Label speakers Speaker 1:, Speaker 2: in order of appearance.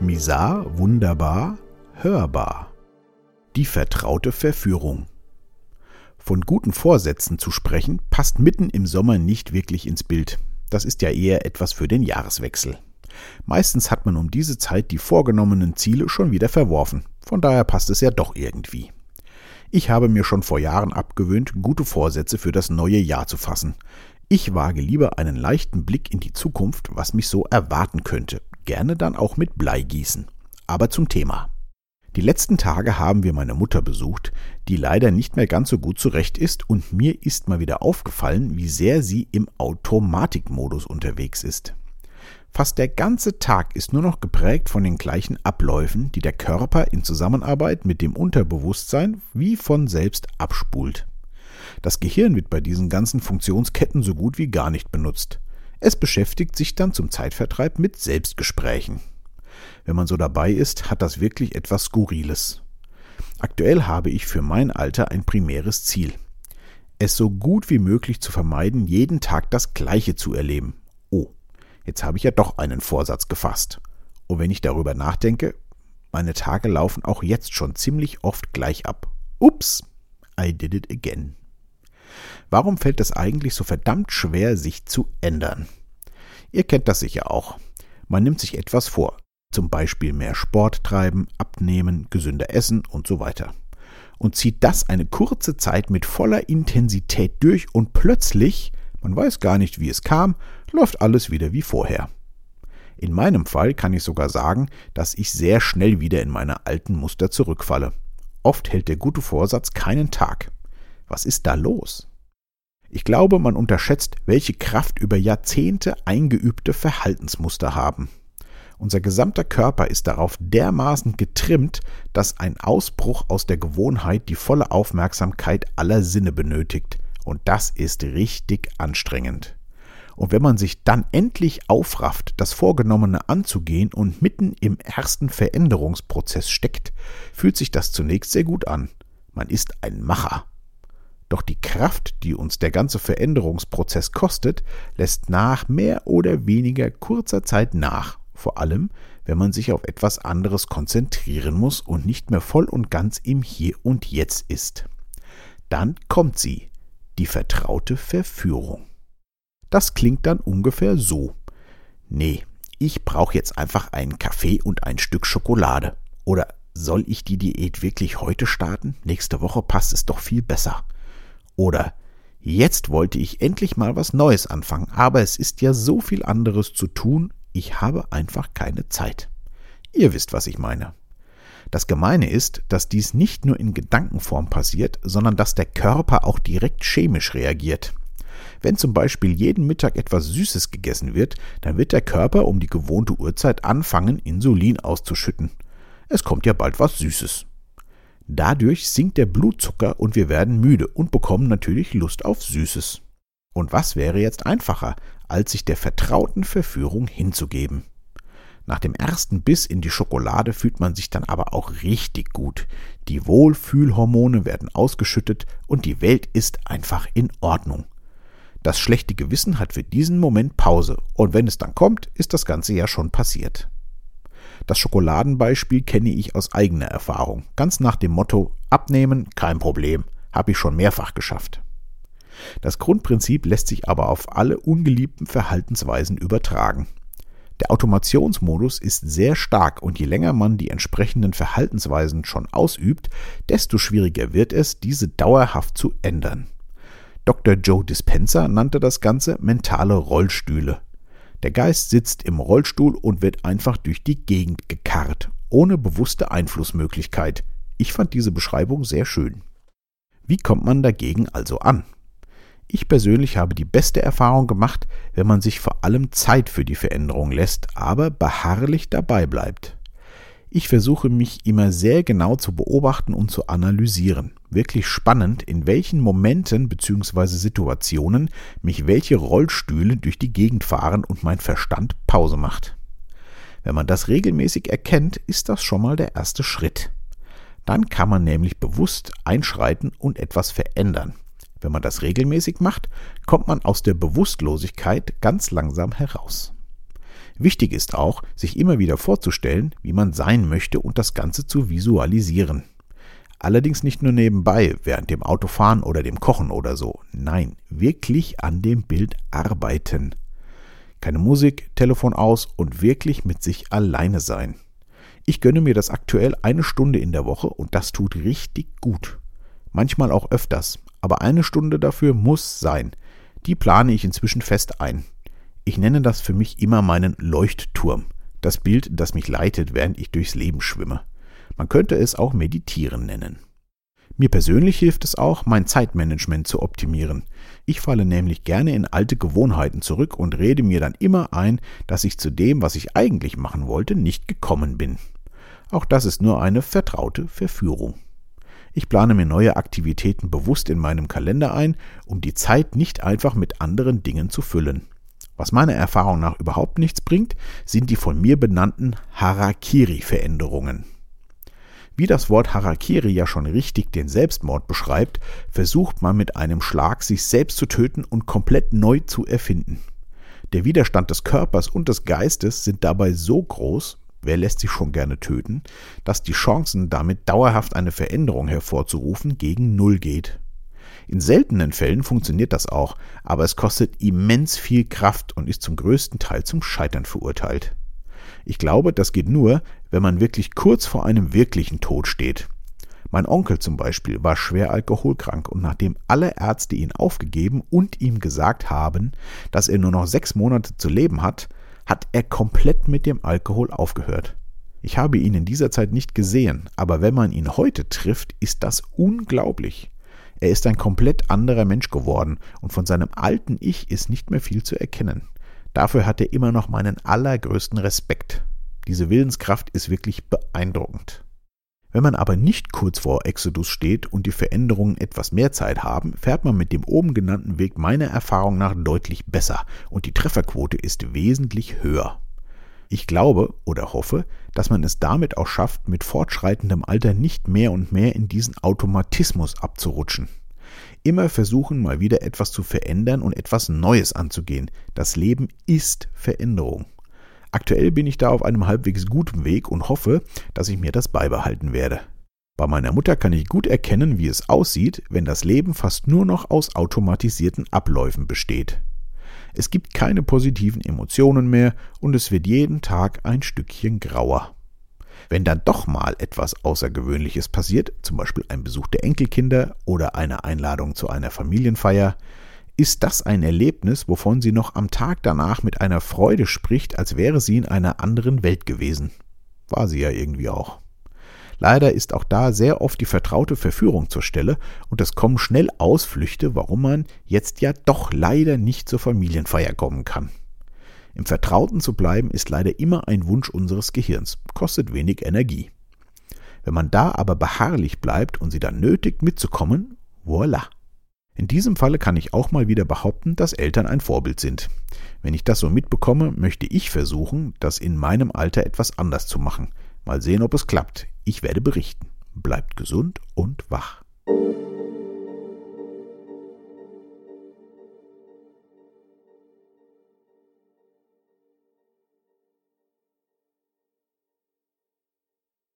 Speaker 1: Misar, wunderbar, hörbar. Die vertraute Verführung. Von guten Vorsätzen zu sprechen, passt mitten im Sommer nicht wirklich ins Bild. Das ist ja eher etwas für den Jahreswechsel. Meistens hat man um diese Zeit die vorgenommenen Ziele schon wieder verworfen. Von daher passt es ja doch irgendwie. Ich habe mir schon vor Jahren abgewöhnt, gute Vorsätze für das neue Jahr zu fassen. Ich wage lieber einen leichten Blick in die Zukunft, was mich so erwarten könnte. Gerne dann auch mit Bleigießen. Aber zum Thema. Die letzten Tage haben wir meine Mutter besucht, die leider nicht mehr ganz so gut zurecht ist, und mir ist mal wieder aufgefallen, wie sehr sie im Automatikmodus unterwegs ist. Fast der ganze Tag ist nur noch geprägt von den gleichen Abläufen, die der Körper in Zusammenarbeit mit dem Unterbewusstsein wie von selbst abspult. Das Gehirn wird bei diesen ganzen Funktionsketten so gut wie gar nicht benutzt. Es beschäftigt sich dann zum Zeitvertreib mit Selbstgesprächen. Wenn man so dabei ist, hat das wirklich etwas Skurriles. Aktuell habe ich für mein Alter ein primäres Ziel. Es so gut wie möglich zu vermeiden, jeden Tag das Gleiche zu erleben. Oh, jetzt habe ich ja doch einen Vorsatz gefasst. Und wenn ich darüber nachdenke, meine Tage laufen auch jetzt schon ziemlich oft gleich ab. Ups, I did it again. Warum fällt es eigentlich so verdammt schwer, sich zu ändern? Ihr kennt das sicher auch. Man nimmt sich etwas vor. Zum Beispiel mehr Sport treiben, abnehmen, gesünder essen und so weiter. Und zieht das eine kurze Zeit mit voller Intensität durch und plötzlich, man weiß gar nicht, wie es kam, läuft alles wieder wie vorher. In meinem Fall kann ich sogar sagen, dass ich sehr schnell wieder in meine alten Muster zurückfalle. Oft hält der gute Vorsatz keinen Tag. Was ist da los? Ich glaube, man unterschätzt, welche Kraft über Jahrzehnte eingeübte Verhaltensmuster haben. Unser gesamter Körper ist darauf dermaßen getrimmt, dass ein Ausbruch aus der Gewohnheit die volle Aufmerksamkeit aller Sinne benötigt. Und das ist richtig anstrengend. Und wenn man sich dann endlich aufrafft, das Vorgenommene anzugehen und mitten im ersten Veränderungsprozess steckt, fühlt sich das zunächst sehr gut an. Man ist ein Macher. Doch die Kraft, die uns der ganze Veränderungsprozess kostet, lässt nach mehr oder weniger kurzer Zeit nach. Vor allem, wenn man sich auf etwas anderes konzentrieren muss und nicht mehr voll und ganz im Hier und Jetzt ist. Dann kommt sie, die vertraute Verführung. Das klingt dann ungefähr so. Nee, ich brauche jetzt einfach einen Kaffee und ein Stück Schokolade. Oder soll ich die Diät wirklich heute starten? Nächste Woche passt es doch viel besser. Oder jetzt wollte ich endlich mal was Neues anfangen, aber es ist ja so viel anderes zu tun, ich habe einfach keine Zeit. Ihr wisst, was ich meine. Das Gemeine ist, dass dies nicht nur in Gedankenform passiert, sondern dass der Körper auch direkt chemisch reagiert. Wenn zum Beispiel jeden Mittag etwas Süßes gegessen wird, dann wird der Körper um die gewohnte Uhrzeit anfangen, Insulin auszuschütten. Es kommt ja bald was Süßes. Dadurch sinkt der Blutzucker und wir werden müde und bekommen natürlich Lust auf Süßes. Und was wäre jetzt einfacher, als sich der vertrauten Verführung hinzugeben? Nach dem ersten Biss in die Schokolade fühlt man sich dann aber auch richtig gut. Die Wohlfühlhormone werden ausgeschüttet und die Welt ist einfach in Ordnung. Das schlechte Gewissen hat für diesen Moment Pause und wenn es dann kommt, ist das Ganze ja schon passiert. Das Schokoladenbeispiel kenne ich aus eigener Erfahrung, ganz nach dem Motto: Abnehmen, kein Problem, habe ich schon mehrfach geschafft. Das Grundprinzip lässt sich aber auf alle ungeliebten Verhaltensweisen übertragen. Der Automationsmodus ist sehr stark und je länger man die entsprechenden Verhaltensweisen schon ausübt, desto schwieriger wird es, diese dauerhaft zu ändern. Dr. Joe Dispenza nannte das Ganze mentale Rollstühle. Der Geist sitzt im Rollstuhl und wird einfach durch die Gegend gekarrt, ohne bewusste Einflussmöglichkeit. Ich fand diese Beschreibung sehr schön. Wie kommt man dagegen also an? Ich persönlich habe die beste Erfahrung gemacht, wenn man sich vor allem Zeit für die Veränderung lässt, aber beharrlich dabei bleibt. Ich versuche mich immer sehr genau zu beobachten und zu analysieren. Wirklich spannend, in welchen Momenten bzw. Situationen mich welche Rollstühle durch die Gegend fahren und mein Verstand Pause macht. Wenn man das regelmäßig erkennt, ist das schon mal der erste Schritt. Dann kann man nämlich bewusst einschreiten und etwas verändern. Wenn man das regelmäßig macht, kommt man aus der Bewusstlosigkeit ganz langsam heraus. Wichtig ist auch, sich immer wieder vorzustellen, wie man sein möchte und das Ganze zu visualisieren. Allerdings nicht nur nebenbei, während dem Autofahren oder dem Kochen oder so. Nein, wirklich an dem Bild arbeiten. Keine Musik, Telefon aus und wirklich mit sich alleine sein. Ich gönne mir das aktuell 1 Stunde in der Woche und das tut richtig gut. Manchmal auch öfters, aber 1 Stunde dafür muss sein. Die plane ich inzwischen fest ein. Ich nenne das für mich immer meinen Leuchtturm. Das Bild, das mich leitet, während ich durchs Leben schwimme. Man könnte es auch Meditieren nennen. Mir persönlich hilft es auch, mein Zeitmanagement zu optimieren. Ich falle nämlich gerne in alte Gewohnheiten zurück und rede mir dann immer ein, dass ich zu dem, was ich eigentlich machen wollte, nicht gekommen bin. Auch das ist nur eine vertraute Verführung. Ich plane mir neue Aktivitäten bewusst in meinem Kalender ein, um die Zeit nicht einfach mit anderen Dingen zu füllen. Was meiner Erfahrung nach überhaupt nichts bringt, sind die von mir benannten Harakiri-Veränderungen. Wie das Wort Harakiri ja schon richtig den Selbstmord beschreibt, versucht man mit einem Schlag, sich selbst zu töten und komplett neu zu erfinden. Der Widerstand des Körpers und des Geistes sind dabei so groß, wer lässt sich schon gerne töten, dass die Chancen, damit dauerhaft eine Veränderung hervorzurufen, gegen Null geht. In seltenen Fällen funktioniert das auch, aber es kostet immens viel Kraft und ist zum größten Teil zum Scheitern verurteilt. Ich glaube, das geht nur, wenn man wirklich kurz vor einem wirklichen Tod steht. Mein Onkel zum Beispiel war schwer alkoholkrank und nachdem alle Ärzte ihn aufgegeben und ihm gesagt haben, dass er nur noch 6 Monate zu leben hat, hat er komplett mit dem Alkohol aufgehört. Ich habe ihn in dieser Zeit nicht gesehen, aber wenn man ihn heute trifft, ist das unglaublich. Er ist ein komplett anderer Mensch geworden und von seinem alten Ich ist nicht mehr viel zu erkennen. Dafür hat er immer noch meinen allergrößten Respekt. Diese Willenskraft ist wirklich beeindruckend. Wenn man aber nicht kurz vor Exodus steht und die Veränderungen etwas mehr Zeit haben, fährt man mit dem oben genannten Weg meiner Erfahrung nach deutlich besser und die Trefferquote ist wesentlich höher. Ich glaube oder hoffe, dass man es damit auch schafft, mit fortschreitendem Alter nicht mehr und mehr in diesen Automatismus abzurutschen. Immer versuchen, mal wieder etwas zu verändern und etwas Neues anzugehen. Das Leben ist Veränderung. Aktuell bin ich da auf einem halbwegs guten Weg und hoffe, dass ich mir das beibehalten werde. Bei meiner Mutter kann ich gut erkennen, wie es aussieht, wenn das Leben fast nur noch aus automatisierten Abläufen besteht. Es gibt keine positiven Emotionen mehr und es wird jeden Tag ein Stückchen grauer. Wenn dann doch mal etwas Außergewöhnliches passiert, zum Beispiel ein Besuch der Enkelkinder oder eine Einladung zu einer Familienfeier, ist das ein Erlebnis, wovon sie noch am Tag danach mit einer Freude spricht, als wäre sie in einer anderen Welt gewesen. War sie ja irgendwie auch. Leider ist auch da sehr oft die vertraute Verführung zur Stelle und es kommen schnell Ausflüchte, warum man jetzt ja doch leider nicht zur Familienfeier kommen kann. Im Vertrauten zu bleiben ist leider immer ein Wunsch unseres Gehirns, kostet wenig Energie. Wenn man da aber beharrlich bleibt und sie dann nötigt mitzukommen, voilà. In diesem Falle kann ich auch mal wieder behaupten, dass Eltern ein Vorbild sind. Wenn ich das so mitbekomme, möchte ich versuchen, das in meinem Alter etwas anders zu machen. Mal sehen, ob es klappt. Ich werde berichten. Bleibt gesund und wach.